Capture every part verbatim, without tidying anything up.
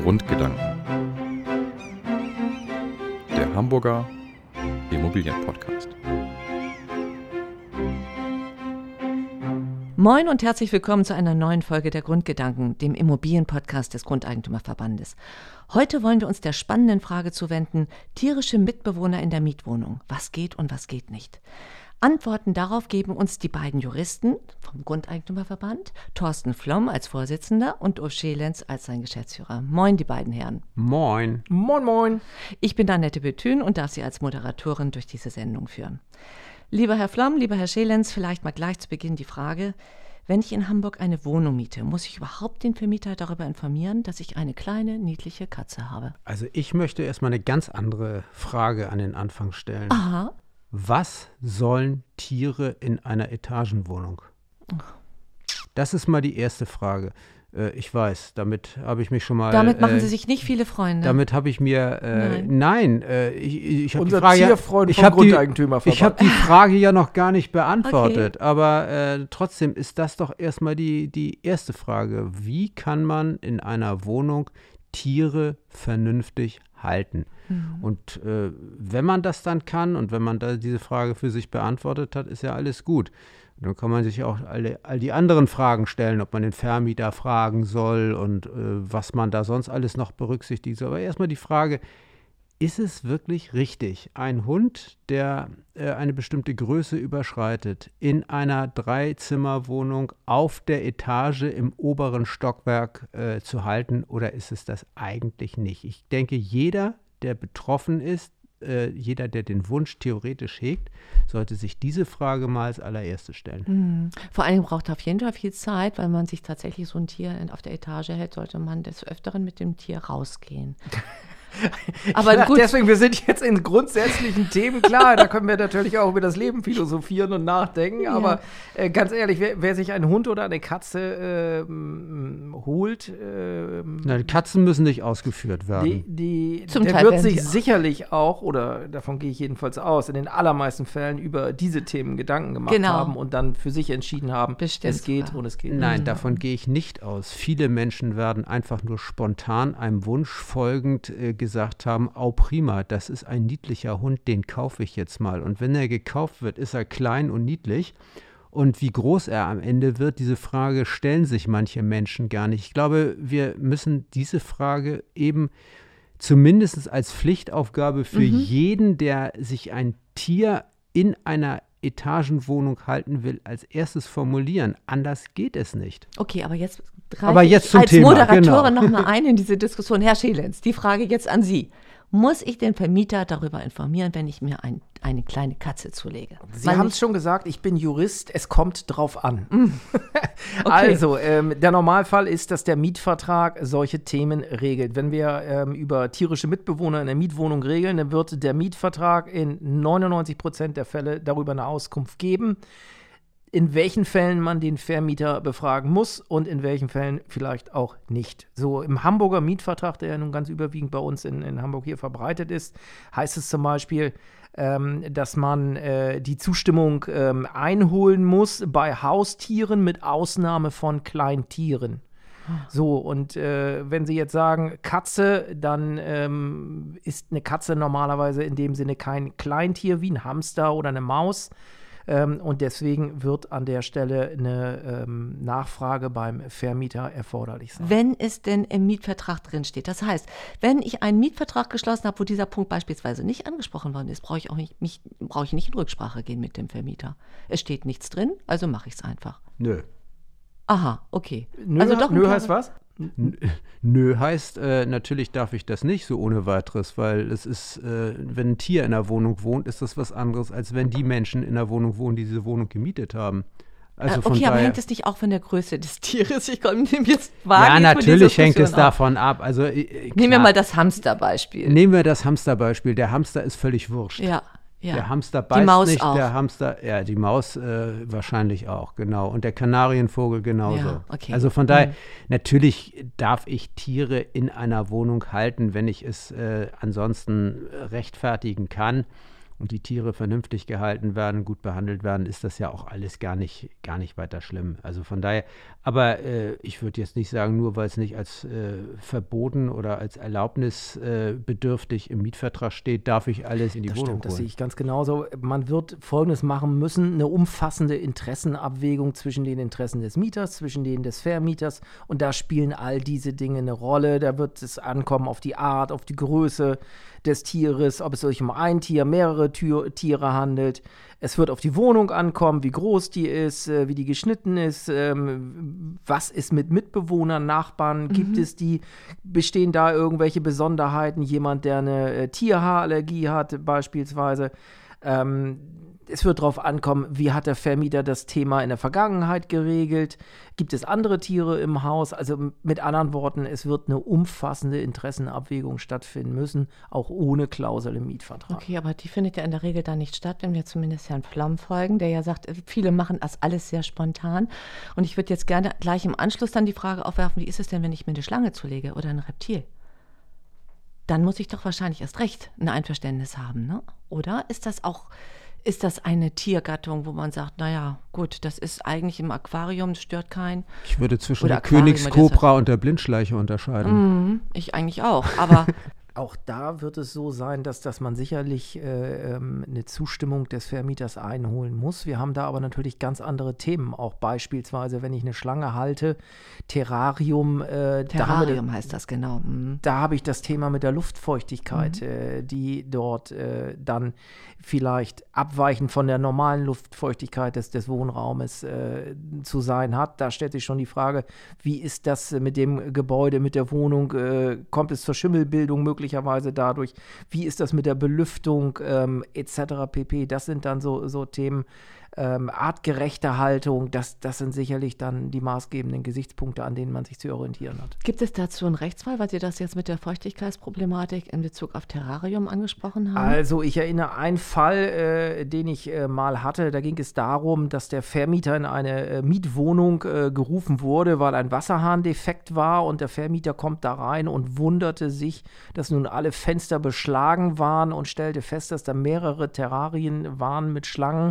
Grundgedanken. Der Hamburger Immobilienpodcast. Moin und herzlich willkommen zu einer neuen Folge der Grundgedanken, dem Immobilienpodcast des Grundeigentümerverbandes. Heute wollen wir uns der spannenden Frage zuwenden: tierische Mitbewohner in der Mietwohnung. Was geht und was geht nicht? Antworten darauf geben uns die beiden Juristen vom Grundeigentümerverband, Thorsten Flomm als Vorsitzender und Urs Schelenz als sein Geschäftsführer. Moin, die beiden Herren. Moin. Moin, moin. Ich bin Annette Bethün und darf Sie als Moderatorin durch diese Sendung führen. Lieber Herr Flomm, lieber Herr Schelenz, vielleicht mal gleich zu Beginn die Frage: Wenn ich in Hamburg eine Wohnung miete, muss ich überhaupt den Vermieter darüber informieren, dass ich eine kleine, niedliche Katze habe? Also ich möchte erstmal eine ganz andere Frage an den Anfang stellen. Aha. Was sollen Tiere in einer Etagenwohnung? Das ist mal die erste Frage. Äh, ich weiß, damit habe ich mich schon mal... Damit machen äh, Sie sich nicht viele Freunde. Damit habe ich mir... Äh, nein, nein äh, ich, ich habe die Unser Frage... Tierfreund ich vom habe die, Grundeigentümerverband. ich habe die Frage ja noch gar nicht beantwortet, Okay. aber äh, trotzdem ist das doch erstmal die, die erste Frage. Wie kann man in einer Wohnung Tiere vernünftig halten? Mhm. Und äh, wenn man das dann kann und wenn man da diese Frage für sich beantwortet hat, ist ja alles gut. Und dann kann man sich auch alle, all die anderen Fragen stellen, ob man den Vermieter fragen soll und äh, was man da sonst alles noch berücksichtigt. Aber erstmal die Frage: Ist es wirklich richtig, ein Hund, der äh, eine bestimmte Größe überschreitet, in einer Dreizimmerwohnung auf der Etage im oberen Stockwerk äh, zu halten, oder ist es das eigentlich nicht? Ich denke, jeder, der betroffen ist, äh, jeder, der den Wunsch theoretisch hegt, sollte sich diese Frage mal als allererste stellen. Mhm. Vor allem braucht auf jeden Fall viel Zeit, weil man sich tatsächlich so ein Tier in- auf der Etage hält, sollte man des Öfteren mit dem Tier rausgehen. Aber Ja, gut. deswegen, wir sind jetzt in grundsätzlichen Themen, klar, da können wir natürlich auch über das Leben philosophieren und nachdenken, Ja. aber äh, ganz ehrlich, wer, wer sich einen Hund oder eine Katze ähm, holt, ähm, Na, die Katzen müssen nicht ausgeführt werden. die, die, Zum der Teil wird werden sich sie auch. sicherlich auch, oder davon gehe ich jedenfalls aus, in den allermeisten Fällen über diese Themen Gedanken gemacht Genau. haben und dann für sich entschieden haben, Bestimmt es geht sogar. und es geht Nein, nicht. davon gehe ich nicht aus. Viele Menschen werden einfach nur spontan einem Wunsch folgend äh, gesagt haben: Oh prima, das ist ein niedlicher Hund, den kaufe ich jetzt mal. Und wenn er gekauft wird, ist er klein und niedlich. Und wie groß er am Ende wird, diese Frage stellen sich manche Menschen gar nicht. Ich glaube, wir müssen diese Frage eben zumindest als Pflichtaufgabe für Mhm. jeden, der sich ein Tier in einer Etagenwohnung halten will, als erstes formulieren. Anders geht es nicht. Okay, aber jetzt greife Aber jetzt ich zum als Thema, Moderatorin genau. noch mal ein in diese Diskussion. Herr Schelenz, die Frage jetzt an Sie. Muss ich den Vermieter darüber informieren, wenn ich mir ein, eine kleine Katze zulege? Sie Weil haben ich- es schon gesagt, ich bin Jurist, es kommt drauf an. Okay. Also, ähm, der Normalfall ist, dass der Mietvertrag solche Themen regelt. Wenn wir ähm, über tierische Mitbewohner in der Mietwohnung regeln, dann wird der Mietvertrag in neunundneunzig Prozent der Fälle darüber eine Auskunft geben, in welchen Fällen man den Vermieter befragen muss und in welchen Fällen vielleicht auch nicht. So im Hamburger Mietvertrag, der ja nun ganz überwiegend bei uns in, in Hamburg hier verbreitet ist, heißt es zum Beispiel, ähm, dass man äh, die Zustimmung ähm, einholen muss bei Haustieren mit Ausnahme von Kleintieren. So, und äh, wenn Sie jetzt sagen Katze, dann ähm, ist eine Katze normalerweise in dem Sinne kein Kleintier wie ein Hamster oder eine Maus. Ähm, und deswegen wird an der Stelle eine ähm, Nachfrage beim Vermieter erforderlich sein. Wenn es denn im Mietvertrag drinsteht. Das heißt, wenn ich einen Mietvertrag geschlossen habe, wo dieser Punkt beispielsweise nicht angesprochen worden ist, brauche ich auch nicht, mich, brauche ich nicht in Rücksprache gehen mit dem Vermieter. Es steht nichts drin, also mache ich es einfach. Nö. Aha, okay. Nö, also doch ein nö klarer- heißt was? N- Nö heißt, äh, natürlich darf ich das nicht so ohne weiteres, weil es ist, äh, wenn ein Tier in der Wohnung wohnt, ist das was anderes, als wenn die Menschen in der Wohnung wohnen, die diese Wohnung gemietet haben. Also Äh, von okay, aber daher, hängt es nicht auch von der Größe des Tieres? Ich komme dem jetzt wagen. ja, jetzt mit dieser natürlich hängt es Diskussion auf. davon ab. Also, äh, Nehmen wir klar, mal das Hamsterbeispiel. Nehmen wir das Hamsterbeispiel. Der Hamster ist völlig wurscht. Ja, ja. Der Hamster beißt Maus nicht, auch. der Hamster, ja, die Maus äh, wahrscheinlich auch, genau. Und der Kanarienvogel genauso. Ja, okay. Also von daher, Mhm. natürlich darf ich Tiere in einer Wohnung halten, wenn ich es äh, ansonsten rechtfertigen kann. und die Tiere vernünftig gehalten werden, gut behandelt werden, ist das ja auch alles gar nicht, gar nicht weiter schlimm. Also von daher, aber äh, ich würde jetzt nicht sagen, nur weil es nicht als äh, verboten oder als erlaubnisbedürftig äh, im Mietvertrag steht, darf ich alles in die das Wohnung stimmt, holen. Das sehe ich ganz genauso. Man wird Folgendes machen müssen, eine umfassende Interessenabwägung zwischen den Interessen des Mieters, zwischen denen des Vermieters, und da spielen all diese Dinge eine Rolle. Da wird es ankommen auf die Art, auf die Größe des Tieres, ob es sich um ein Tier, mehrere Tür, Tiere handelt. Es wird auf die Wohnung ankommen, wie groß die ist, äh, wie die geschnitten ist, ähm, was ist mit Mitbewohnern, Nachbarn, mhm. gibt es die, bestehen da irgendwelche Besonderheiten, jemand, der eine äh, Tierhaarallergie hat beispielsweise. Ähm, Es wird darauf ankommen, wie hat der Vermieter das Thema in der Vergangenheit geregelt? Gibt es andere Tiere im Haus? Also mit anderen Worten, es wird eine umfassende Interessenabwägung stattfinden müssen, auch ohne Klausel im Mietvertrag. Okay, aber die findet ja in der Regel dann nicht statt, wenn wir zumindest Herrn Flamm folgen, der ja sagt, viele machen das alles sehr spontan. Und ich würde jetzt gerne gleich im Anschluss dann die Frage aufwerfen, wie ist es denn, wenn ich mir eine Schlange zulege oder ein Reptil? Dann muss ich doch wahrscheinlich erst recht ein Einverständnis haben, ne? Oder ist das auch... Ist das eine Tiergattung, wo man sagt, naja, gut, das ist eigentlich im Aquarium, das stört keinen? Ich würde zwischen Oder der Königskobra und der Blindschleiche unterscheiden. Mhm, ich eigentlich auch, aber... Auch da wird es so sein, dass, dass man sicherlich äh, ähm, eine Zustimmung des Vermieters einholen muss. Wir haben da aber natürlich ganz andere Themen, auch beispielsweise, wenn ich eine Schlange halte, Terrarium. Äh, Terrarium da heißt das, genau. Mhm. Da habe ich das Thema mit der Luftfeuchtigkeit, mhm. äh, die dort äh, dann vielleicht abweichend von der normalen Luftfeuchtigkeit des, des Wohnraumes äh, zu sein hat. Da stellt sich schon die Frage, wie ist das mit dem Gebäude, mit der Wohnung? Äh, kommt es zur Schimmelbildung möglicherweise dadurch? Wie ist das mit der Belüftung ähm, et cetera pp.? Das sind dann so, so Themen. Ähm, artgerechte Haltung, das, das sind sicherlich dann die maßgebenden Gesichtspunkte, an denen man sich zu orientieren hat. Gibt es dazu einen Rechtsfall, weil Sie das jetzt mit der Feuchtigkeitsproblematik in Bezug auf Terrarium angesprochen haben? Also ich erinnere einen Fall, äh, den ich äh, mal hatte, da ging es darum, dass der Vermieter in eine äh, Mietwohnung äh, gerufen wurde, weil ein Wasserhahn defekt war, und der Vermieter kommt da rein und wunderte sich, dass nun alle Fenster beschlagen waren, und stellte fest, dass da mehrere Terrarien waren mit Schlangen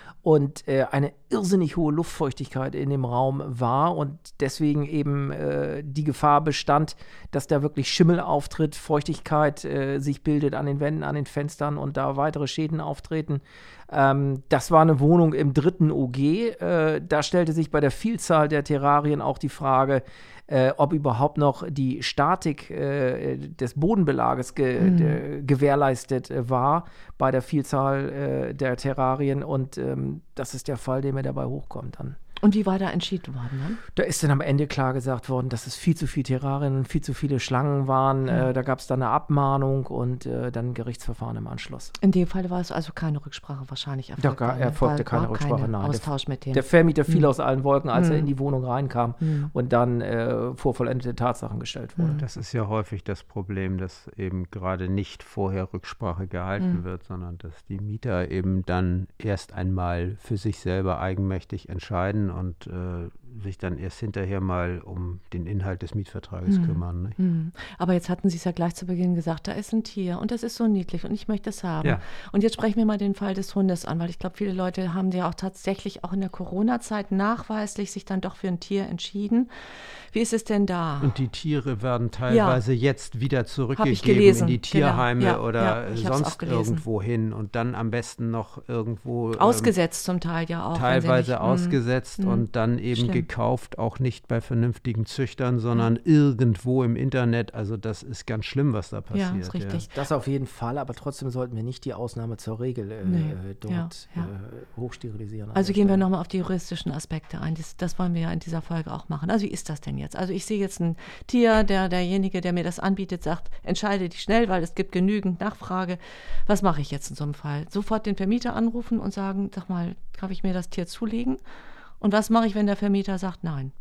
und äh, eine irrsinnig hohe Luftfeuchtigkeit in dem Raum war und deswegen eben äh, die Gefahr bestand, dass da wirklich Schimmel auftritt, Feuchtigkeit äh, sich bildet an den Wänden, an den Fenstern und da weitere Schäden auftreten. Ähm, das war eine Wohnung im dritten O G. Äh, da stellte sich bei der Vielzahl der Terrarien auch die Frage, äh, ob überhaupt noch die Statik äh, des Bodenbelages ge- mhm. de- gewährleistet äh, war bei der Vielzahl äh, der Terrarien, und ähm, das ist der Fall, der mir dabei hochkommt dann. Und wie war da entschieden worden dann? Da ist dann am Ende klar gesagt worden, dass es viel zu viele Terrarien und viel zu viele Schlangen waren. Ja. Äh, da gab es dann eine Abmahnung und äh, dann ein Gerichtsverfahren im Anschluss. In dem Fall war es also keine Rücksprache wahrscheinlich erfolgt. Da gar, erfolgte keine Rücksprache, keine nein. Austausch mit dem. Der Vermieter fiel hm. aus allen Wolken, als hm. er in die Wohnung reinkam hm. und dann äh, vor vollendete Tatsachen gestellt wurde. Hm. Das ist ja häufig das Problem, dass eben gerade nicht vorher Rücksprache gehalten hm. wird, sondern dass die Mieter eben dann erst einmal für sich selber eigenmächtig entscheiden und äh, sich dann erst hinterher mal um den Inhalt des Mietvertrages hm. kümmern. Nicht? Hm. Aber jetzt hatten Sie es ja gleich zu Beginn gesagt, da ist ein Tier und das ist so niedlich und ich möchte es haben. Ja. Und jetzt sprechen wir mal den Fall des Hundes an, weil ich glaube, viele Leute haben ja auch tatsächlich auch in der Corona-Zeit nachweislich sich dann doch für ein Tier entschieden. Wie ist es denn da? Und die Tiere werden teilweise ja. jetzt wieder zurückgegeben in die Tierheime genau. ja, oder ja, sonst irgendwo hin und dann am besten noch irgendwo ausgesetzt ähm, zum Teil ja auch. Teilweise nicht, ausgesetzt mh, und dann eben stimmt. gekauft, auch nicht bei vernünftigen Züchtern, sondern ja. irgendwo im Internet. Also das ist ganz schlimm, was da passiert. Ja, ist richtig. Ja. Das auf jeden Fall, aber trotzdem sollten wir nicht die Ausnahme zur Regel äh, nee. dort ja, ja. Äh, hochsterilisieren. Also gehen wir nochmal auf die juristischen Aspekte ein. Das, das wollen wir ja in dieser Folge auch machen. Also wie ist das denn jetzt? Also ich sehe jetzt ein Tier, der, derjenige, der mir das anbietet, sagt, entscheide dich schnell, weil es gibt genügend Nachfrage. Was mache ich jetzt in so einem Fall? Sofort den Vermieter anrufen und sagen, sag mal, darf ich mir das Tier zulegen? Und was mache ich, wenn der Vermieter sagt, nein?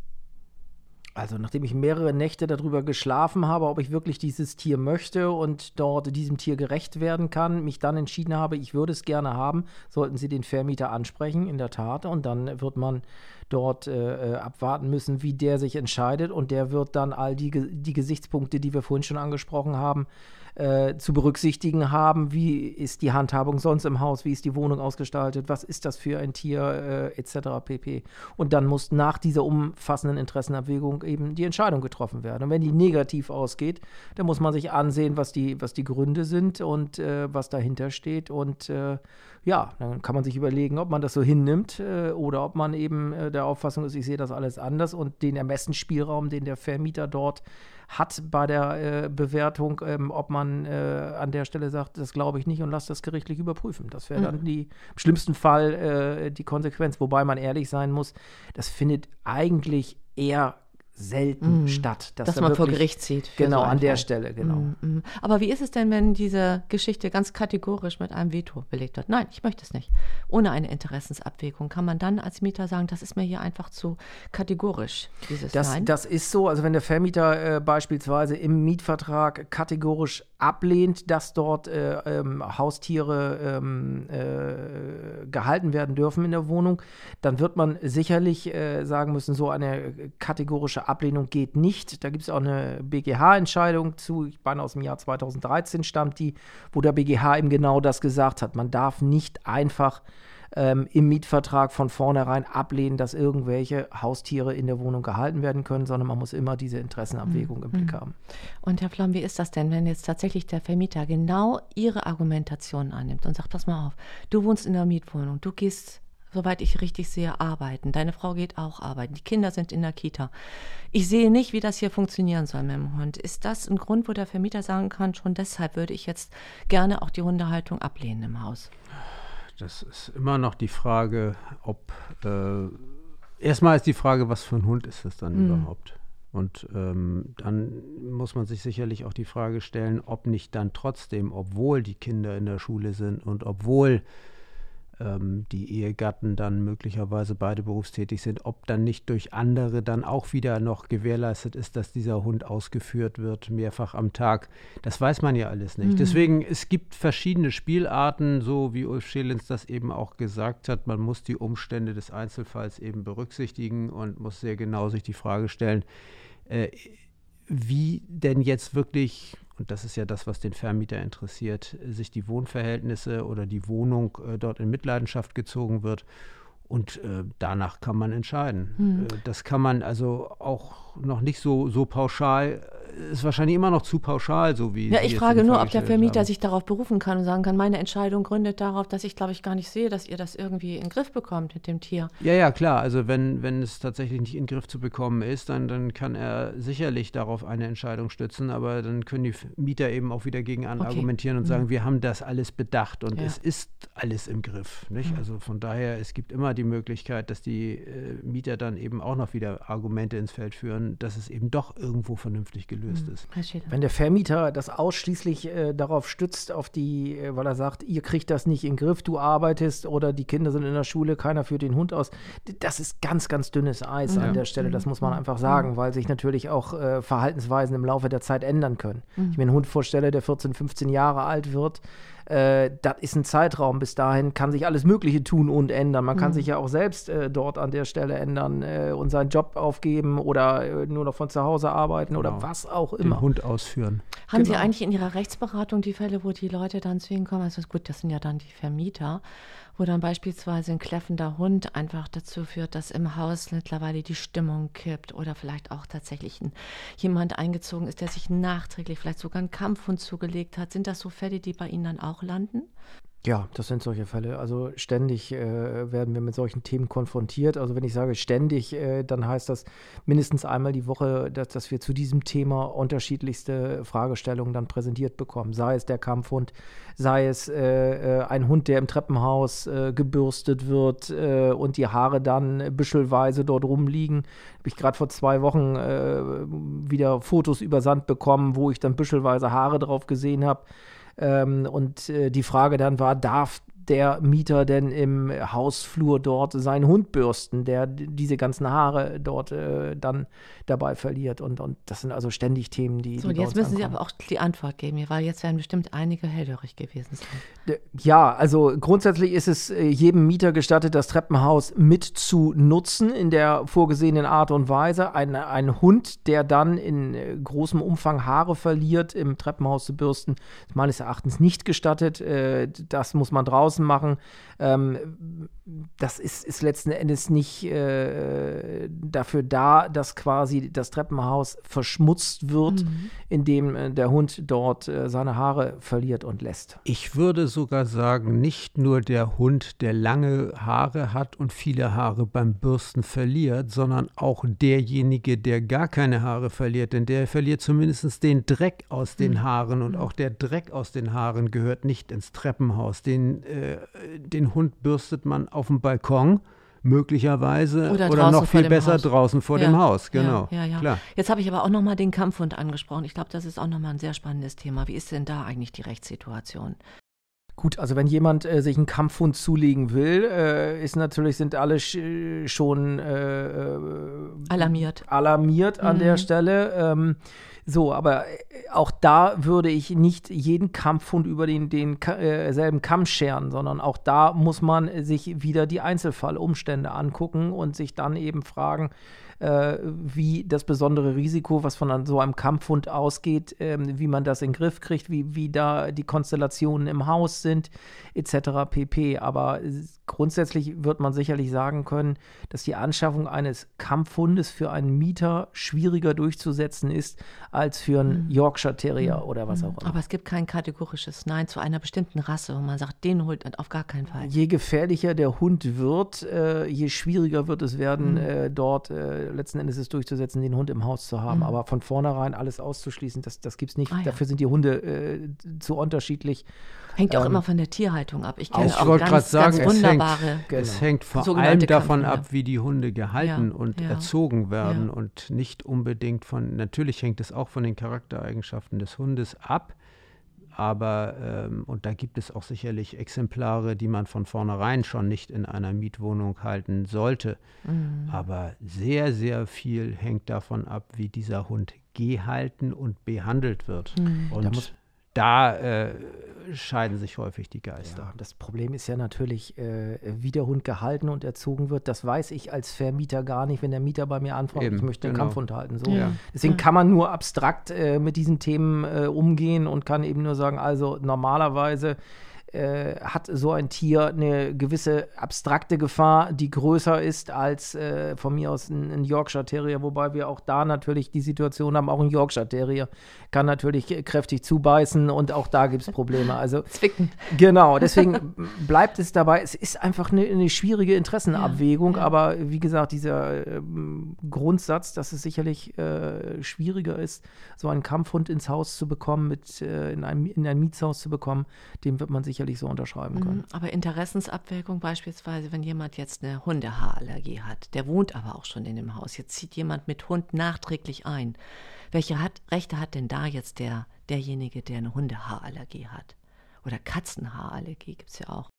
Also nachdem ich mehrere Nächte darüber geschlafen habe, ob ich wirklich dieses Tier möchte und dort diesem Tier gerecht werden kann, mich dann entschieden habe, ich würde es gerne haben, sollten Sie den Vermieter ansprechen, in der Tat. Und dann wird man dort äh, abwarten müssen, wie der sich entscheidet. Und der wird dann all die, die Gesichtspunkte, die wir vorhin schon angesprochen haben, äh, zu berücksichtigen haben. Wie ist die Handhabung sonst im Haus? Wie ist die Wohnung ausgestaltet? Was ist das für ein Tier? Äh, et cetera pp. Und dann muss nach dieser umfassenden Interessenabwägung eben die Entscheidung getroffen werden. Und wenn die negativ ausgeht, dann muss man sich ansehen, was die, was die Gründe sind und äh, was dahinter steht. Und äh, ja, dann kann man sich überlegen, ob man das so hinnimmt äh, oder ob man eben äh, der Auffassung ist, ich sehe das alles anders und den Ermessensspielraum, den der Vermieter dort hat bei der äh, Bewertung, ähm, ob man äh, an der Stelle sagt, das glaube ich nicht und lass das gerichtlich überprüfen. Das wäre dann die, im schlimmsten Fall äh, die Konsequenz, wobei man ehrlich sein muss, das findet eigentlich eher selten mm. statt. Dass, dass da man wirklich, vor Gericht zieht. Genau, so an der Fall. Stelle, genau. Mm, mm. Aber wie ist es denn, wenn diese Geschichte ganz kategorisch mit einem Veto belegt wird? Nein, ich möchte es nicht. Ohne eine Interessensabwägung kann man dann als Mieter sagen, das ist mir hier einfach zu kategorisch, dieses das, Nein? Das ist so, also wenn der Vermieter äh, beispielsweise im Mietvertrag kategorisch ablehnt, dass dort äh, ähm, Haustiere ähm, äh, gehalten werden dürfen in der Wohnung, dann wird man sicherlich äh, sagen müssen, so eine kategorische Ablehnung geht nicht. Da gibt es auch eine B G H-Entscheidung zu, ich meine aus dem Jahr zweitausenddreizehn stammt die, wo der B G H eben genau das gesagt hat. Man darf nicht einfach ähm, im Mietvertrag von vornherein ablehnen, dass irgendwelche Haustiere in der Wohnung gehalten werden können, sondern man muss immer diese Interessenabwägung mhm. im Blick haben. Und Herr Pflaum, wie ist das denn, wenn jetzt tatsächlich der Vermieter genau Ihre Argumentation annimmt und sagt, pass mal auf, du wohnst in der Mietwohnung, du gehst, soweit ich richtig sehe, arbeiten. Deine Frau geht auch arbeiten. Die Kinder sind in der Kita. Ich sehe nicht, wie das hier funktionieren soll mit dem Hund. Ist das ein Grund, wo der Vermieter sagen kann, schon deshalb würde ich jetzt gerne auch die Hundehaltung ablehnen im Haus? Das ist immer noch die Frage, ob, äh, erstmal ist die Frage, was für ein Hund ist das dann mhm. überhaupt? Und ähm, dann muss man sich sicherlich auch die Frage stellen, ob nicht dann trotzdem, obwohl die Kinder in der Schule sind und obwohl die Ehegatten dann möglicherweise beide berufstätig sind, ob dann nicht durch andere dann auch wieder noch gewährleistet ist, dass dieser Hund ausgeführt wird, mehrfach am Tag. Das weiß man ja alles nicht. Mhm. Deswegen, es gibt verschiedene Spielarten, so wie Ulf Schelens das eben auch gesagt hat. Man muss die Umstände des Einzelfalls eben berücksichtigen und muss sehr genau sich die Frage stellen, äh, wie denn jetzt wirklich, und das ist ja das, was den Vermieter interessiert, sich die Wohnverhältnisse oder die Wohnung äh, dort in Mitleidenschaft gezogen wird. Und äh, danach kann man entscheiden. Mhm. Äh, das kann man also auch noch nicht so, so pauschal, ist wahrscheinlich immer noch zu pauschal, so wie Ja, Sie ich jetzt frage den nur, Fall ob der gestellt Vermieter haben. sich darauf berufen kann und sagen kann, meine Entscheidung gründet darauf, dass ich, glaube ich, gar nicht sehe, dass ihr das irgendwie in den Griff bekommt mit dem Tier. Ja, ja, klar. Also wenn, wenn es tatsächlich nicht in den Griff zu bekommen ist, dann, dann kann er sicherlich darauf eine Entscheidung stützen, aber dann können die Mieter eben auch wieder gegen an Okay. argumentieren und Mhm. sagen, wir haben das alles bedacht und Ja. es ist alles im Griff. Nicht? Mhm. Also von daher, es gibt immer die Möglichkeit, dass die äh, Mieter dann eben auch noch wieder Argumente ins Feld führen, dass es eben doch irgendwo vernünftig gelöst Mhm. ist. Herr Schäder. Wenn der Vermieter das ausschließlich äh, darauf stützt, auf die, äh, weil er sagt, ihr kriegt das nicht in den Griff, du arbeitest oder die Kinder sind in der Schule, keiner führt den Hund aus, d- das ist ganz, ganz dünnes Eis Ja. an der Stelle, das muss man einfach sagen, weil sich natürlich auch äh, Verhaltensweisen im Laufe der Zeit ändern können. Mhm. Ich mir einen Hund vorstelle, der vierzehn, fünfzehn Jahre alt wird, äh, das ist ein Zeitraum. Bis dahin kann sich alles Mögliche tun und ändern. Man kann Mhm. sich ja auch selbst äh, dort an der Stelle ändern äh, und seinen Job aufgeben oder äh, nur noch von zu Hause arbeiten oder Genau. was auch Den immer. Hund ausführen. Haben Sie Genau. eigentlich in Ihrer Rechtsberatung die Fälle, wo die Leute dann zu Ihnen kommen, also gut, das sind ja dann die Vermieter, wo dann beispielsweise ein kläffender Hund einfach dazu führt, dass im Haus mittlerweile die Stimmung kippt oder vielleicht auch tatsächlich ein, jemand eingezogen ist, der sich nachträglich vielleicht sogar einen Kampfhund zugelegt hat. Sind das so Fälle, die bei Ihnen dann auch landen? Ja, das sind solche Fälle. Also ständig äh, werden wir mit solchen Themen konfrontiert. Also wenn ich sage ständig, äh, dann heißt das mindestens einmal die Woche, dass, dass wir zu diesem Thema unterschiedlichste Fragestellungen dann präsentiert bekommen. Sei es der Kampfhund, sei es äh, äh, ein Hund, der im Treppenhaus äh, gebürstet wird äh, und die Haare dann büschelweise dort rumliegen. Habe ich gerade vor zwei Wochen äh, wieder Fotos übersandt bekommen, wo ich dann büschelweise Haare drauf gesehen habe. Ähm, und äh, die Frage dann war, darf der Mieter denn im Hausflur dort seinen Hund bürsten, der d- diese ganzen Haare dort äh, dann dabei verliert. Und, und das sind also ständig Themen, die, So, die und bei jetzt uns müssen Sie ankommen. aber auch die Antwort geben, weil jetzt werden bestimmt einige hellhörig gewesen sein. D- Ja, also grundsätzlich ist es äh, jedem Mieter gestattet, das Treppenhaus mit zu nutzen in der vorgesehenen Art und Weise. Ein, ein Hund, der dann in äh, großem Umfang Haare verliert, im Treppenhaus zu bürsten, ist meines Erachtens nicht gestattet. Äh, das muss man draußen machen. Ähm, das ist, ist letzten Endes nicht äh, dafür da, dass quasi das Treppenhaus verschmutzt wird, indem äh, der Hund dort äh, seine Haare verliert und lässt. Ich würde sogar sagen, nicht nur der Hund, der lange Haare hat und viele Haare beim Bürsten verliert, sondern auch derjenige, der gar keine Haare verliert, denn der verliert zumindest den Dreck aus den Haaren und auch der Dreck aus den Haaren gehört nicht ins Treppenhaus. Den, äh, den Hund bürstet man auf dem Balkon, möglicherweise, Oder oder, draußen noch vor viel dem besser Haus. draußen vor Ja, dem Haus, ja, genau. Ja, ja. Klar. Jetzt habe ich aber auch nochmal den Kampfhund angesprochen. Ich glaube, das ist auch nochmal ein sehr spannendes Thema. Wie ist denn da eigentlich die Rechtssituation? Gut, also wenn jemand äh, sich einen Kampfhund zulegen will, äh, ist natürlich, sind alle sch schon äh, äh, Alarmiert. alarmiert an Mhm. der Stelle. Ähm, so, aber äh, auch da würde ich nicht jeden Kampfhund über den, den Ka- äh, selben Kamm scheren, sondern auch da muss man sich wieder die Einzelfallumstände angucken und sich dann eben fragen, äh, wie das besondere Risiko, was von so einem Kampfhund ausgeht, ähm, wie man das in den Griff kriegt, wie, wie da die Konstellationen im Haus sind, et cetera pp. Aber äh, grundsätzlich wird man sicherlich sagen können, dass die Anschaffung eines Kampfhundes für einen Mieter schwieriger durchzusetzen ist als für einen Yorkshire Terrier oder was auch immer. Aber es gibt kein kategorisches Nein zu einer bestimmten Rasse, wo man sagt, den holt auf gar keinen Fall. Je gefährlicher der Hund wird, äh, je schwieriger wird es werden, äh, dort äh, letzten Endes es durchzusetzen, den Hund im Haus zu haben. Aber von vornherein alles auszuschließen, das, das gibt es nicht. Ah, ja. Dafür sind die Hunde äh, zu unterschiedlich. Hängt auch Ähm, immer von der Tierhaltung ab. Ich kenne Ich auch wollte gerade ganz, sagen, ganz es hängt, wunderbare. Genau. es hängt vor Sogenannte allem davon Kampfhunde. ab, wie die Hunde gehalten Ja, und ja. erzogen werden Ja. und nicht unbedingt von, natürlich hängt es auch von den Charaktereigenschaften des Hundes ab, aber, ähm, und da gibt es auch sicherlich Exemplare, die man von vornherein schon nicht in einer Mietwohnung halten sollte, Mhm. aber sehr, sehr viel hängt davon ab, wie dieser Hund gehalten und behandelt wird. Mhm. Und Da muss- da äh, scheiden sich häufig die Geister. Ja, das Problem ist ja natürlich, äh, wie der Hund gehalten und erzogen wird. Das weiß ich als Vermieter gar nicht, wenn der Mieter bei mir anfragt, Eben, ich möchte einen genau. Kampfhund halten. So. Ja. Deswegen Ja. kann man nur abstrakt äh, mit diesen Themen äh, umgehen und kann eben nur sagen, also normalerweise äh, hat so ein Tier eine gewisse abstrakte Gefahr, die größer ist als äh, von mir aus ein, ein Yorkshire Terrier, wobei wir auch da natürlich die Situation haben, auch ein Yorkshire Terrier kann natürlich äh, kräftig zubeißen und auch da gibt es Probleme. Also Zwicken. genau, deswegen bleibt es dabei, es ist einfach eine, eine schwierige Interessenabwägung, Ja, ja. aber wie gesagt, dieser ähm, Grundsatz, dass es sicherlich äh, schwieriger ist, so einen Kampfhund ins Haus zu bekommen, mit, äh, in, einem, in ein Mietshaus zu bekommen, dem wird man sicherlich so unterschreiben können. Mhm. Aber Interessensabwägung beispielsweise, wenn jemand jetzt eine Hundehaarallergie hat, der wohnt aber auch schon in dem Haus, jetzt zieht jemand mit Hund nachträglich ein. Welche hat, Rechte hat denn da jetzt der, derjenige, der eine Hundehaarallergie hat? Oder Katzenhaarallergie gibt es ja auch.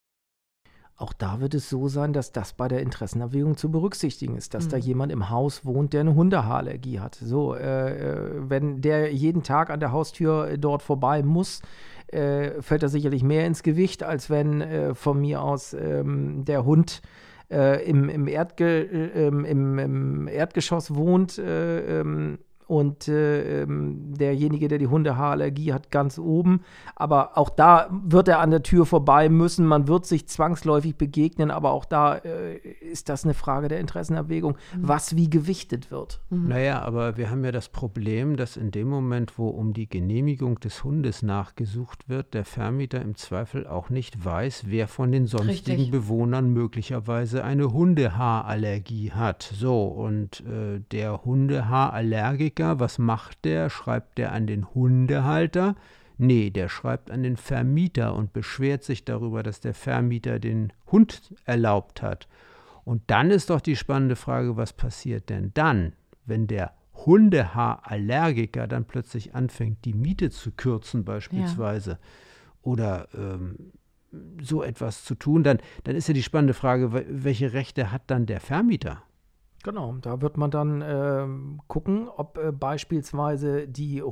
Auch da wird es so sein, dass das bei der Interessenabwägung zu berücksichtigen ist, dass da Mhm. jemand im Haus wohnt, der eine Hundehaarallergie hat. So, äh, äh, wenn der jeden Tag an der Haustür äh, dort vorbei muss, äh, fällt er sicherlich mehr ins Gewicht, als wenn äh, von mir aus ähm, der Hund äh, im, im, Erdge äh, im, im, im Erdgeschoss wohnt äh, ähm, und äh, ähm, derjenige, der die Hundehaarallergie hat, ganz oben. Aber auch da wird er an der Tür vorbei müssen. Man wird sich zwangsläufig begegnen, aber auch da äh, ist das eine Frage der Interessenabwägung, was wie gewichtet wird. Naja, aber wir haben ja das Problem, dass in dem Moment, wo um die Genehmigung des Hundes nachgesucht wird, der Vermieter im Zweifel auch nicht weiß, wer von den sonstigen Richtig. Bewohnern möglicherweise eine Hundehaarallergie hat. So, und äh, der Hundehaarallergiker, was macht der? Schreibt der an den Hundehalter? Nee, der schreibt an den Vermieter und beschwert sich darüber, dass der Vermieter den Hund erlaubt hat. Und dann ist doch die spannende Frage, was passiert denn dann, wenn der Hundehaarallergiker dann plötzlich anfängt, die Miete zu kürzen beispielsweise oder ähm, so etwas zu tun, dann, dann ist ja die spannende Frage, welche Rechte hat dann der Vermieter? Genau, da wird man dann ähm, gucken, ob äh, beispielsweise die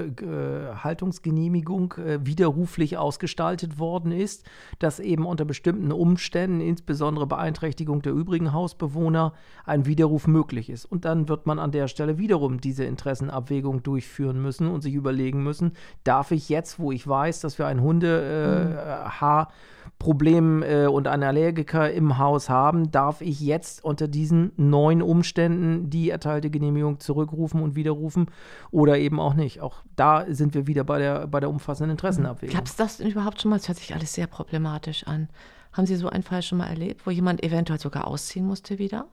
Hundehaltungsgenehmigung äh, äh, widerruflich ausgestaltet worden ist, dass eben unter bestimmten Umständen, insbesondere Beeinträchtigung der übrigen Hausbewohner, ein Widerruf möglich ist. Und dann wird man an der Stelle wiederum diese Interessenabwägung durchführen müssen und sich überlegen müssen, darf ich jetzt, wo ich weiß, dass wir ein Hundehaar äh, Problem äh, und einen Allergiker im Haus haben, darf ich jetzt unter diesen neuen Umständen die erteilte Genehmigung zurückrufen und widerrufen oder eben auch nicht. Auch da sind wir wieder bei der, bei der umfassenden Interessenabwägung. Gab es das denn überhaupt schon mal? Das hört sich alles sehr problematisch an. Haben Sie so einen Fall schon mal erlebt, wo jemand eventuell sogar ausziehen musste wieder?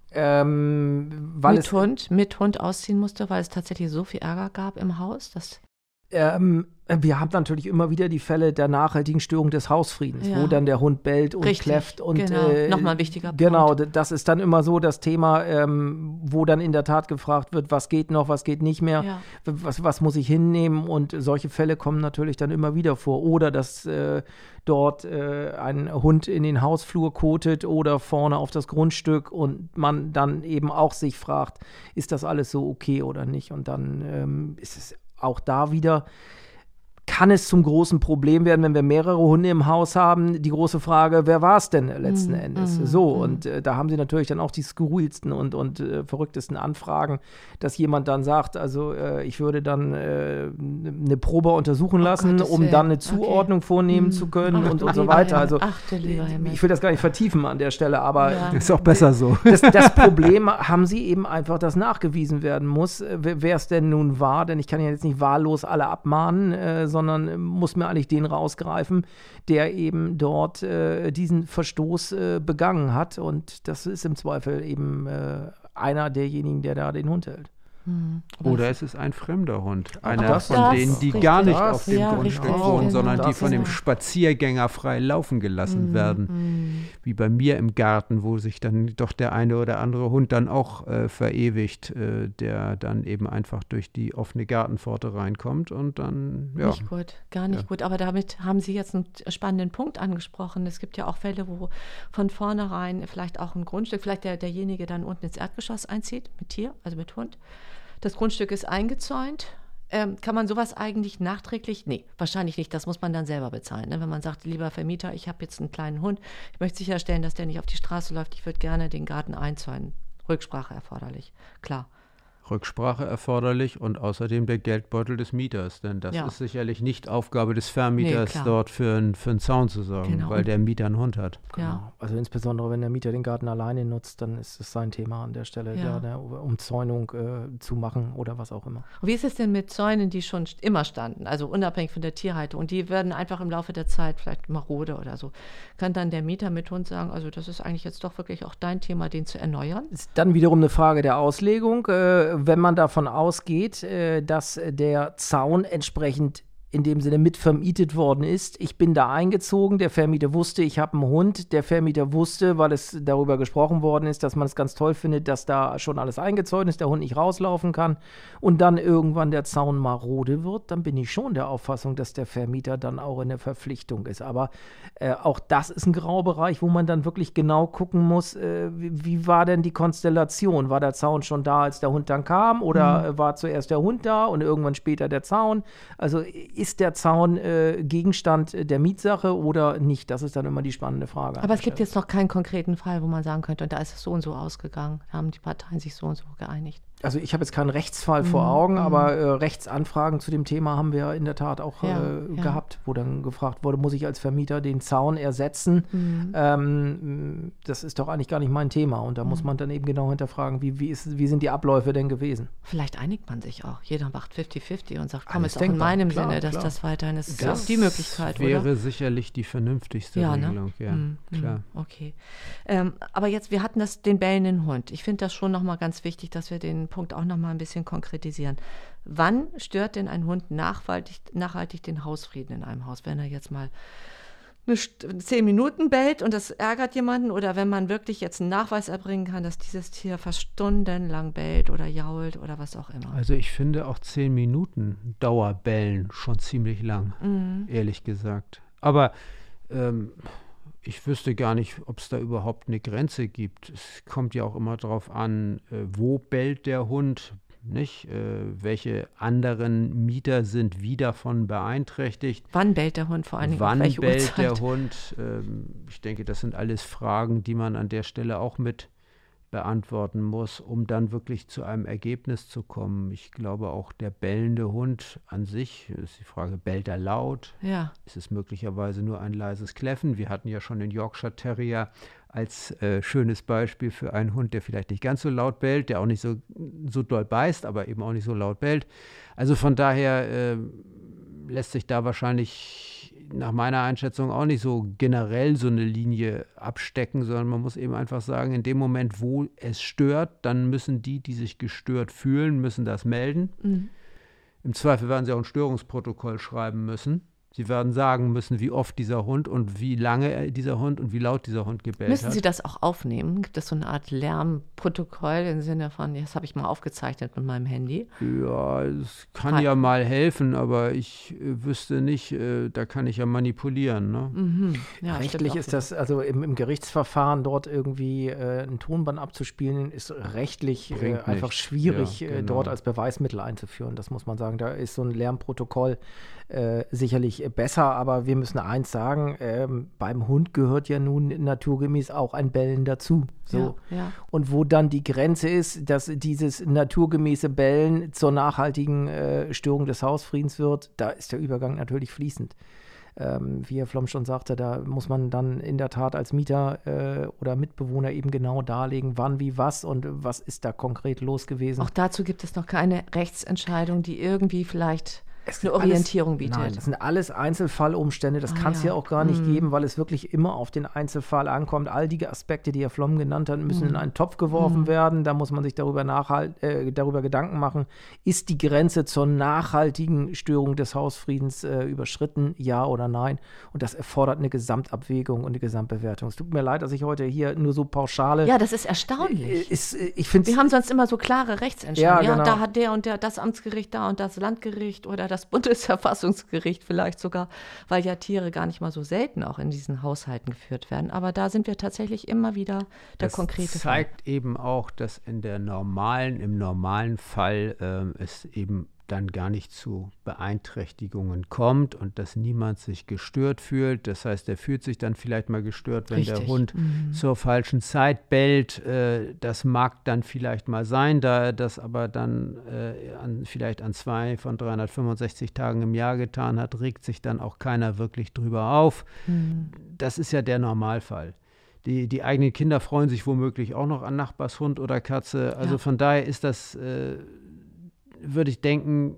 Ähm, weil mit es, Hund, mit Hund ausziehen musste, weil es tatsächlich so viel Ärger gab im Haus, dass Ähm, wir haben natürlich immer wieder die Fälle der nachhaltigen Störung des Hausfriedens, ja. wo dann der Hund bellt und Richtig, kläfft. Und, genau. äh, Nochmal ein wichtiger Punkt. Genau, d- das ist dann immer so das Thema, ähm, wo dann in der Tat gefragt wird, was geht noch, was geht nicht mehr, Ja. was, was muss ich hinnehmen, und solche Fälle kommen natürlich dann immer wieder vor. Oder dass äh, dort äh, ein Hund in den Hausflur kotet oder vorne auf das Grundstück und man dann eben auch sich fragt, ist das alles so okay oder nicht? Und dann ähm, ist es auch da wieder, kann es zum großen Problem werden, wenn wir mehrere Hunde im Haus haben. Die große Frage, wer war es denn letzten Mm, Endes? mm, so, mm. und äh, da haben sie natürlich dann auch die skurrilsten und, und äh, verrücktesten Anfragen, dass jemand dann sagt, also äh, ich würde dann äh, eine Probe untersuchen lassen, Gottes um Willen. dann eine Zuordnung Okay. vornehmen Mm. zu können Ach, und, du und so lieber weiter. Himmel. Also Ach, du lieber Himmel. ich will das gar nicht vertiefen an der Stelle, aber Ja. Ist auch besser so. das, das Problem haben sie eben einfach, dass nachgewiesen werden muss, äh, wer wer es denn nun war, denn ich kann ja jetzt nicht wahllos alle abmahnen, äh, sondern äh, muss mir eigentlich den rausgreifen, der eben dort äh, diesen Verstoß äh, begangen hat, und das ist im Zweifel eben äh, einer derjenigen, der da den Hund hält. Hm. Oder es ist ein fremder Hund. Einer das- von das- denen, die richtig. gar nicht Das- auf dem ja, Grundstück richtig, wohnen, genau. sondern die Das von dem ist- Spaziergänger frei laufen gelassen Hm, werden. hm. Wie bei mir im Garten, wo sich dann doch der eine oder andere Hund dann auch äh, verewigt, äh, der dann eben einfach durch die offene Gartenpforte reinkommt und dann, ja. Nicht gut, gar nicht Ja. gut. Aber damit haben Sie jetzt einen spannenden Punkt angesprochen. Es gibt ja auch Fälle, wo von vornherein vielleicht auch ein Grundstück, vielleicht der, derjenige dann unten ins Erdgeschoss einzieht, mit Tier, also mit Hund. Das Grundstück ist eingezäunt. Ähm, kann man sowas eigentlich nachträglich? Nee, wahrscheinlich nicht. Das muss man dann selber bezahlen. Ne? Wenn man sagt, lieber Vermieter, ich habe jetzt einen kleinen Hund, ich möchte sicherstellen, dass der nicht auf die Straße läuft, ich würde gerne den Garten einzäunen. Rücksprache erforderlich, klar. Rücksprache erforderlich und außerdem der Geldbeutel des Mieters, denn das Ja. ist sicherlich nicht Aufgabe des Vermieters, klar. dort für, ein, für einen Zaun zu sorgen, Genau. weil der Mieter einen Hund hat. Ja. Also insbesondere, wenn der Mieter den Garten alleine nutzt, dann ist es sein Thema an der Stelle, Ja. da eine Umzäunung äh, zu machen oder was auch immer. Und wie ist es denn mit Zäunen, die schon st- immer standen, also unabhängig von der Tierhaltung, und die werden einfach im Laufe der Zeit vielleicht marode oder so? Kann dann der Mieter mit Hund sagen, also das ist eigentlich jetzt doch wirklich auch dein Thema, den zu erneuern? Ist dann wiederum eine Frage der Auslegung. Äh, wenn man davon ausgeht, äh, dass der Zaun entsprechend in dem Sinne mitvermietet worden ist. Ich bin da eingezogen, der Vermieter wusste, ich habe einen Hund, der Vermieter wusste, weil es darüber gesprochen worden ist, dass man es ganz toll findet, dass da schon alles eingezäunt ist, der Hund nicht rauslaufen kann, und dann irgendwann der Zaun marode wird, dann bin ich schon der Auffassung, dass der Vermieter dann auch in der Verpflichtung ist. Aber äh, auch das ist ein Graubereich, wo man dann wirklich genau gucken muss, äh, wie, wie war denn die Konstellation? War der Zaun schon da, als der Hund dann kam, oder Mhm. äh, war zuerst der Hund da und irgendwann später der Zaun? Also ist der Zaun äh, Gegenstand der Mietsache oder nicht? Das ist dann immer die spannende Frage. an Aber der es gibt Stelle. jetzt noch keinen konkreten Fall, wo man sagen könnte, und da ist es so und so ausgegangen, da haben die Parteien sich so und so geeinigt. Also ich habe jetzt keinen Rechtsfall vor Mhm, Augen, mhm. aber äh, Rechtsanfragen zu dem Thema haben wir in der Tat auch Ja, äh, ja. gehabt, wo dann gefragt wurde, muss ich als Vermieter den Zaun ersetzen? Mhm. Ähm, das ist doch eigentlich gar nicht mein Thema, und da muss man dann eben genau hinterfragen, wie, wie, ist, wie sind die Abläufe denn gewesen? Vielleicht einigt man sich auch. Jeder macht fünfzig fünfzig und sagt, komm, Alles ist auch in denkbar. meinem Klar, Sinne, dass klar. das weiterhin ist. Das Das ist auch die Möglichkeit, wäre oder? sicherlich die vernünftigste Ja, ne? Regelung. Ja, Mm, mm, klar. Okay. Ähm, aber jetzt, wir hatten das, den bellenden Hund. Ich finde das schon nochmal ganz wichtig, dass wir den Punkt auch nochmal ein bisschen konkretisieren. Wann stört denn ein Hund nachhaltig, nachhaltig den Hausfrieden in einem Haus? Wenn er jetzt mal eine St- zehn Minuten bellt und das ärgert jemanden, oder wenn man wirklich jetzt einen Nachweis erbringen kann, dass dieses Tier fast stundenlang bellt oder jault oder was auch immer. Also ich finde auch zehn Minuten Dauerbellen schon ziemlich lang, Mhm. ehrlich gesagt. Aber Ähm, ich wüsste gar nicht, ob es da überhaupt eine Grenze gibt. Es kommt ja auch immer darauf an, äh, wo bellt der Hund, nicht? Äh, welche anderen Mieter sind wie davon beeinträchtigt? Wann bellt der Hund vor allen Dingen? Wann auf welche bellt Uhrzeit? der Hund? Ähm, ich denke, das sind alles Fragen, die man an der Stelle auch mit beantworten muss, um dann wirklich zu einem Ergebnis zu kommen. Ich glaube auch der bellende Hund an sich, ist die Frage, bellt er laut? Ja. Ist es möglicherweise nur ein leises Kläffen? Wir hatten ja schon den Yorkshire Terrier als äh, schönes Beispiel für einen Hund, der vielleicht nicht ganz so laut bellt, der auch nicht so, so doll beißt, aber eben auch nicht so laut bellt. Also von daher äh, lässt sich da wahrscheinlich nach meiner Einschätzung auch nicht so generell so eine Linie abstecken, sondern man muss eben einfach sagen, in dem Moment, wo es stört, dann müssen die, die sich gestört fühlen, müssen das melden. Mhm. Im Zweifel werden sie auch ein Störungsprotokoll schreiben müssen. Sie werden sagen müssen, wie oft dieser Hund und wie lange dieser Hund und wie laut dieser Hund gebellt Müssen hat. Sie das auch aufnehmen? Gibt es so eine Art Lärmprotokoll im Sinne von, das habe ich mal aufgezeichnet mit meinem Handy? Ja, es kann Frei- ja mal helfen, aber ich äh, wüsste nicht, äh, da kann ich ja manipulieren. Ne? Mhm. Ja, Rechtlich stimmt auch ist wieder. das, also im, im Gerichtsverfahren dort irgendwie äh, ein Tonband abzuspielen, ist rechtlich äh, Bringt einfach nichts. schwierig, Ja, äh, genau. dort als Beweismittel einzuführen. Das muss man sagen. Da ist so ein Lärmprotokoll äh, sicherlich besser, aber wir müssen eins sagen, ähm, beim Hund gehört ja nun naturgemäß auch ein Bellen dazu. So. Ja, ja. Und wo dann die Grenze ist, dass dieses naturgemäße Bellen zur nachhaltigen äh, Störung des Hausfriedens wird, da ist der Übergang natürlich fließend. Ähm, wie Herr Flom schon sagte, da muss man dann in der Tat als Mieter äh, oder Mitbewohner eben genau darlegen, wann, wie, was und was ist da konkret los gewesen. Auch dazu gibt es noch keine Rechtsentscheidung, die irgendwie vielleicht Es eine sind alles- Orientierung bietet. Nein, das sind alles Einzelfallumstände. Das Ah, kann es ja. ja auch gar nicht Mhm. geben, weil es wirklich immer auf den Einzelfall ankommt. All die Aspekte, die Herr Flom genannt hat, müssen Mhm. in einen Topf geworfen Mhm. werden. Da muss man sich darüber, nachhalt, äh, darüber Gedanken machen, ist die Grenze zur nachhaltigen Störung des Hausfriedens äh, überschritten, ja oder nein? Und das erfordert eine Gesamtabwägung und eine Gesamtbewertung. Es tut mir leid, dass ich heute hier nur so pauschale... Ja, das ist erstaunlich. äh, ist, äh, ich finde Wir haben sonst immer so klare Rechtsentscheidungen. Ja, Ja, genau. da hat der und der das Amtsgericht, da und das Landgericht oder das Bundesverfassungsgericht vielleicht sogar, weil ja Tiere gar nicht mal so selten auch in diesen Haushalten geführt werden. Aber da sind wir tatsächlich immer wieder der Das konkrete Fall. zeigt eben auch, dass in der normalen, im normalen Fall ähm, es eben dann gar nicht zu Beeinträchtigungen kommt und dass niemand sich gestört fühlt. Das heißt, er fühlt sich dann vielleicht mal gestört, wenn der Richtig. Hund Mhm. zur falschen Zeit bellt. Äh, das mag dann vielleicht mal sein, da er das aber dann äh, an, vielleicht an zwei von dreihundertfünfundsechzig Tagen im Jahr getan hat, regt sich dann auch keiner wirklich drüber auf. Mhm. Das ist ja der Normalfall. Die, die eigenen Kinder freuen sich womöglich auch noch an Nachbarshund oder Katze. Also Ja. von daher ist das, äh, würde ich denken,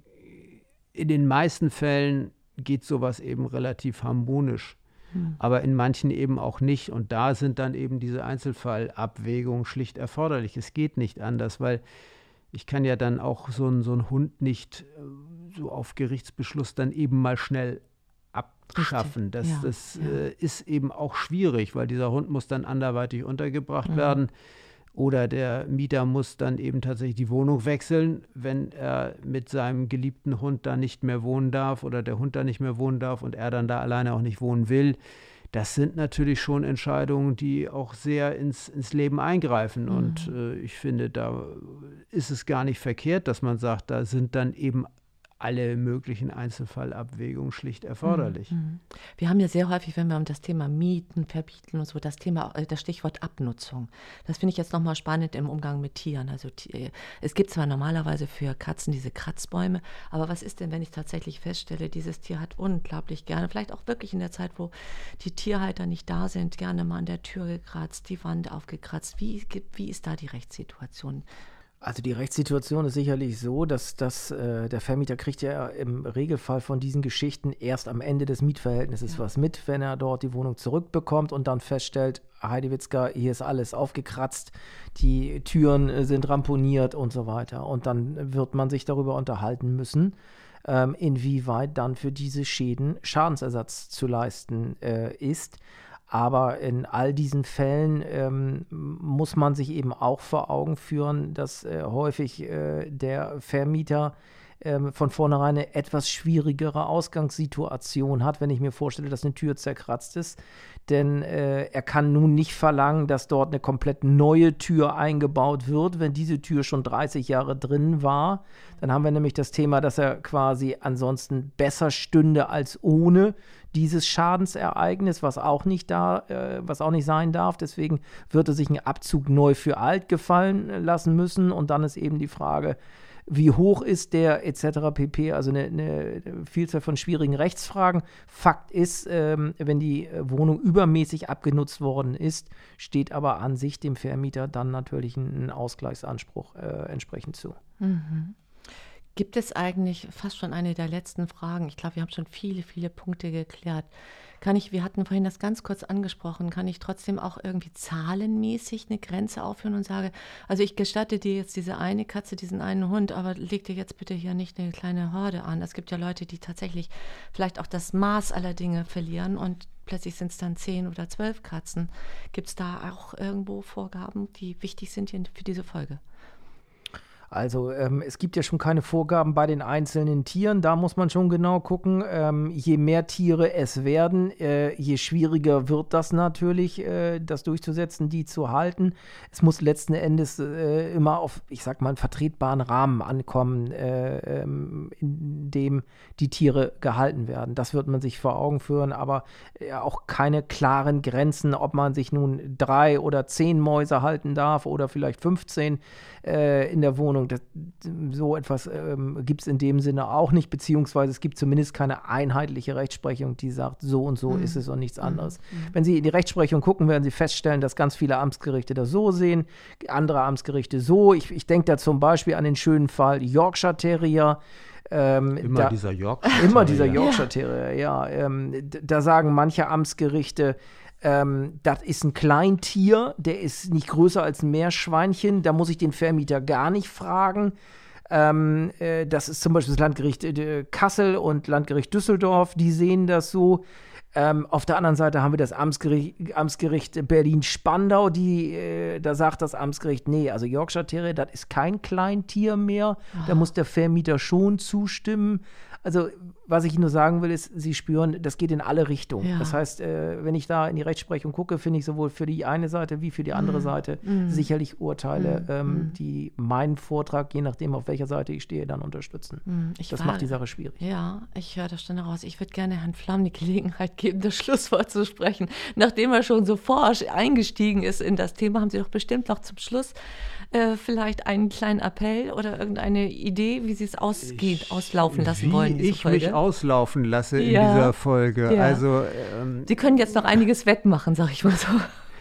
in den meisten Fällen geht sowas eben relativ harmonisch. Hm. Aber in manchen eben auch nicht. Und da sind dann eben diese Einzelfallabwägungen schlicht erforderlich. Es geht nicht anders, weil ich kann ja dann auch so einen so einen Hund nicht äh, so auf Gerichtsbeschluss dann eben mal schnell abschaffen. Das, Ja, das ja. Äh, ist eben auch schwierig, weil dieser Hund muss dann anderweitig untergebracht Mhm. werden. Oder der Mieter muss dann eben tatsächlich die Wohnung wechseln, wenn er mit seinem geliebten Hund da nicht mehr wohnen darf oder der Hund da nicht mehr wohnen darf und er dann da alleine auch nicht wohnen will. Das sind natürlich schon Entscheidungen, die auch sehr ins, ins Leben eingreifen. Mhm. Und äh, ich finde, da ist es gar nicht verkehrt, dass man sagt, da sind dann eben alle möglichen Einzelfallabwägungen schlicht erforderlich. Mhm. Wir haben ja sehr häufig, wenn wir um das Thema Mieten, Verbieten und so, das Thema, äh, das Stichwort Abnutzung. Das finde ich jetzt nochmal spannend im Umgang mit Tieren. Also Ti- es gibt zwar normalerweise für Katzen diese Kratzbäume, aber was ist denn, wenn ich tatsächlich feststelle, dieses Tier hat unglaublich gerne, vielleicht auch wirklich in der Zeit, wo die Tierhalter nicht da sind, gerne mal an der Tür gekratzt, die Wand aufgekratzt. Wie, gibt- wie ist da die Rechtssituation? Also die Rechtssituation ist sicherlich so, dass, dass äh, der Vermieter kriegt ja im Regelfall von diesen Geschichten erst am Ende des Mietverhältnisses Ja. was mit, wenn er dort die Wohnung zurückbekommt und dann feststellt, Heidewitzka, hier ist alles aufgekratzt, die Türen äh, sind ramponiert und so weiter. Und dann wird man sich darüber unterhalten müssen, ähm, inwieweit dann für diese Schäden Schadensersatz zu leisten äh, ist. Aber in all diesen Fällen ähm, muss man sich eben auch vor Augen führen, dass äh, häufig äh, der Vermieter ähm, von vornherein eine etwas schwierigere Ausgangssituation hat, wenn ich mir vorstelle, dass eine Tür zerkratzt ist. Denn äh, er kann nun nicht verlangen, dass dort eine komplett neue Tür eingebaut wird, wenn diese Tür schon dreißig Jahre drin war. Dann haben wir nämlich das Thema, dass er quasi ansonsten besser stünde als ohne dieses Schadensereignis, was auch nicht da, äh, was auch nicht sein darf. Deswegen wird er sich einen Abzug neu für alt gefallen lassen müssen. Und dann ist eben die Frage, wie hoch ist der et cetera pp. Also eine, eine Vielzahl von schwierigen Rechtsfragen. Fakt ist, ähm, wenn die Wohnung übermäßig abgenutzt worden ist, steht aber an sich dem Vermieter dann natürlich ein, ein Ausgleichsanspruch äh, entsprechend zu. Mhm. Gibt es eigentlich fast schon eine der letzten Fragen? Ich glaube, wir haben schon viele, viele Punkte geklärt. Kann ich, wir hatten vorhin das ganz kurz angesprochen, kann ich trotzdem auch irgendwie zahlenmäßig eine Grenze aufführen und sage, also ich gestatte dir jetzt diese eine Katze, diesen einen Hund, aber leg dir jetzt bitte hier nicht eine kleine Horde an. Es gibt ja Leute, die tatsächlich vielleicht auch das Maß aller Dinge verlieren und plötzlich sind es dann zehn oder zwölf Katzen. Gibt es da auch irgendwo Vorgaben, die wichtig sind für diese Folge? Also ähm, es gibt ja schon keine Vorgaben bei den einzelnen Tieren, da muss man schon genau gucken. Ähm, je mehr Tiere es werden, äh, je schwieriger wird das natürlich, äh, das durchzusetzen, die zu halten. Es muss letzten Endes äh, immer auf, ich sag mal, einen vertretbaren Rahmen ankommen, äh, ähm, in dem die Tiere gehalten werden. Das wird man sich vor Augen führen, aber äh, auch keine klaren Grenzen, ob man sich nun drei oder zehn Mäuse halten darf oder vielleicht fünfzehn äh, in der Wohnung. Das, so etwas ähm, gibt es in dem Sinne auch nicht, beziehungsweise es gibt zumindest keine einheitliche Rechtsprechung, die sagt, so und so mhm. ist es und nichts anderes. Mhm. Wenn Sie in die Rechtsprechung gucken, werden Sie feststellen, dass ganz viele Amtsgerichte das so sehen, andere Amtsgerichte so. Ich, ich denke da zum Beispiel an den schönen Fall Yorkshire Terrier. Ähm, immer da, dieser Yorkshire Terrier. Immer dieser Yorkshire Terrier, ja. Ähm, da sagen manche Amtsgerichte, Ähm, das ist ein Kleintier, der ist nicht größer als ein Meerschweinchen, da muss ich den Vermieter gar nicht fragen. Ähm, äh, das ist zum Beispiel das Landgericht äh, Kassel und Landgericht Düsseldorf, die sehen das so. Ähm, auf der anderen Seite haben wir das Amtsgericht, Amtsgericht Berlin-Spandau, die, äh, da sagt das Amtsgericht, nee, also Yorkshire Terrier, das ist kein Kleintier mehr, oh. Da muss der Vermieter schon zustimmen. Also, was ich nur sagen will, ist, Sie spüren, das geht in alle Richtungen. Ja. Das heißt, äh, wenn ich da in die Rechtsprechung gucke, finde ich sowohl für die eine Seite wie für die andere mm. Seite mm. sicherlich Urteile, mm. Ähm, die meinen Vortrag, je nachdem, auf welcher Seite ich stehe, dann unterstützen. Mm. Das war, macht die Sache schwierig. Ja, ich höre das schon heraus. Ich würde gerne Herrn Flamm die Gelegenheit geben, das Schlusswort zu sprechen. Nachdem er schon so forsch eingestiegen ist in das Thema, haben Sie doch bestimmt noch zum Schluss äh, vielleicht einen kleinen Appell oder irgendeine Idee, wie Sie es ausgehen, ich, auslaufen lassen wollen. Wie ich Folge. mich auslaufen lasse ja. in dieser Folge. Ja. Also, ähm, Sie können jetzt noch einiges wettmachen, sag ich mal so.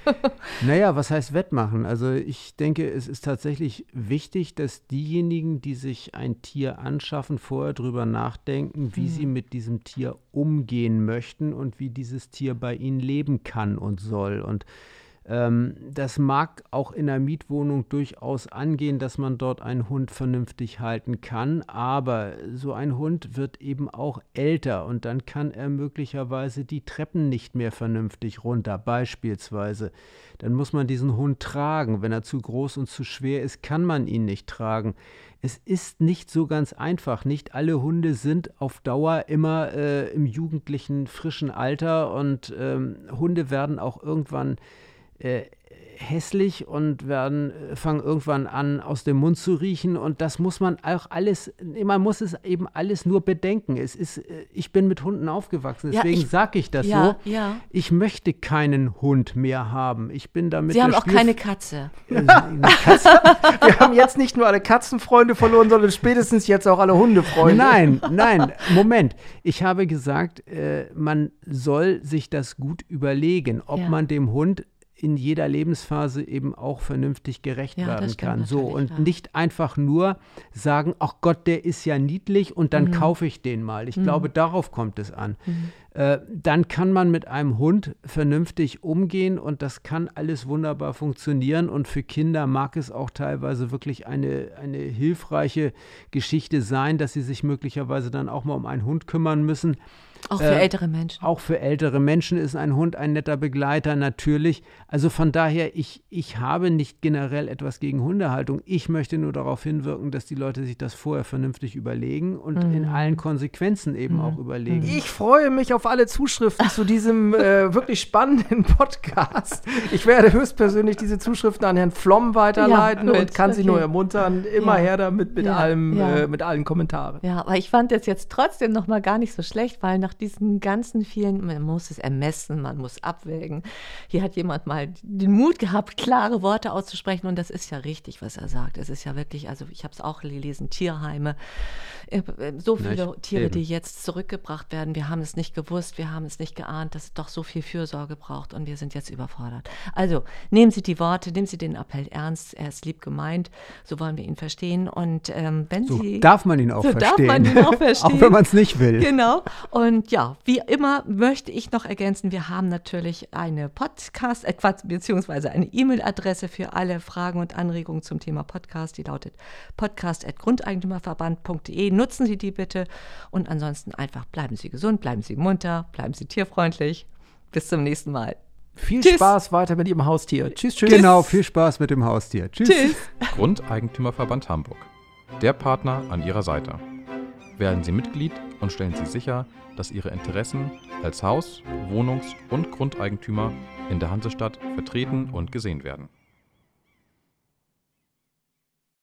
Naja, was heißt wettmachen? Also ich denke, es ist tatsächlich wichtig, dass diejenigen, die sich ein Tier anschaffen, vorher drüber nachdenken, wie mhm. sie mit diesem Tier umgehen möchten und wie dieses Tier bei ihnen leben kann und soll. Und Ähm, das mag auch in der Mietwohnung durchaus angehen, dass man dort einen Hund vernünftig halten kann, aber so ein Hund wird eben auch älter und dann kann er möglicherweise die Treppen nicht mehr vernünftig runter, beispielsweise. Dann muss man diesen Hund tragen. Wenn er zu groß und zu schwer ist, kann man ihn nicht tragen. Es ist nicht so ganz einfach. Nicht alle Hunde sind auf Dauer immer äh, im jugendlichen, frischen Alter und ähm, Hunde werden auch irgendwann Äh, hässlich und werden, fangen irgendwann an, aus dem Mund zu riechen und das muss man auch alles, man muss es eben alles nur bedenken. Es ist, ich bin mit Hunden aufgewachsen, deswegen ja, sage ich das ja, so. Ja. Ich möchte keinen Hund mehr haben. Ich bin damit. Sie haben auch Spiel- keine Katze. Äh, eine Katze. Wir haben jetzt nicht nur alle Katzenfreunde verloren, sondern spätestens jetzt auch alle Hundefreunde. Nein, nein, Moment. Ich habe gesagt, äh, man soll sich das gut überlegen, ob ja. man dem Hund in jeder Lebensphase eben auch vernünftig gerecht ja, werden kann. So und ja. nicht einfach nur sagen, ach Gott, der ist ja niedlich und dann mhm. kaufe ich den mal. Ich mhm. glaube, darauf kommt es an. Mhm. äh, dann kann man mit einem Hund vernünftig umgehen und das kann alles wunderbar funktionieren. Und für Kinder mag es auch teilweise wirklich eine, eine hilfreiche Geschichte sein, dass sie sich möglicherweise dann auch mal um einen Hund kümmern müssen. Auch für äh, ältere Menschen. Auch für ältere Menschen ist ein Hund ein netter Begleiter, natürlich. Also von daher, ich, ich habe nicht generell etwas gegen Hundehaltung. Ich möchte nur darauf hinwirken, dass die Leute sich das vorher vernünftig überlegen und Mhm. in allen Konsequenzen eben Mhm. auch überlegen. Ich freue mich auf alle Zuschriften zu diesem äh, wirklich spannenden Podcast. Ich werde höchstpersönlich diese Zuschriften an Herrn Flom weiterleiten Ja, gut, und kann Sie okay. nur ermuntern, immer Ja. her damit mit, Ja, allem, ja. Äh, mit allen Kommentaren. Ja, aber ich fand das jetzt trotzdem noch mal gar nicht so schlecht, weil nach diesen ganzen vielen, man muss es ermessen, man muss abwägen. Hier hat jemand mal den Mut gehabt, klare Worte auszusprechen und das ist ja richtig, was er sagt. Es ist ja wirklich, also ich habe es auch gelesen, Tierheime, äh, so viele Nicht? Tiere, Eben. die jetzt zurückgebracht werden. Wir haben es nicht gewusst, wir haben es nicht geahnt, dass es doch so viel Fürsorge braucht und wir sind jetzt überfordert. Also nehmen Sie die Worte, nehmen Sie den Appell ernst, er ist lieb gemeint, so wollen wir ihn verstehen und ähm, wenn So Sie... darf man ihn auch so verstehen. darf man ihn auch verstehen. Auch wenn man es nicht will. Genau. Und ja, wie immer möchte ich noch ergänzen, wir haben natürlich eine Podcast, äh, Quatsch, beziehungsweise eine E-Mail-Adresse für alle Fragen und Anregungen zum Thema Podcast. Die lautet podcast at grundeigentümerverband punkt de. Nutzen Sie die bitte. Und ansonsten einfach bleiben Sie gesund, bleiben Sie munter, bleiben Sie tierfreundlich. Bis zum nächsten Mal. Viel Tschüss. Spaß weiter mit Ihrem Haustier. Tschüss, tschüss. Genau, viel Spaß mit dem Haustier. Tschüss. Tschüss. Grundeigentümerverband Hamburg. Der Partner an Ihrer Seite. Werden Sie Mitglied und stellen Sie sicher, dass Ihre Interessen als Haus-, Wohnungs- und Grundeigentümer in der Hansestadt vertreten und gesehen werden.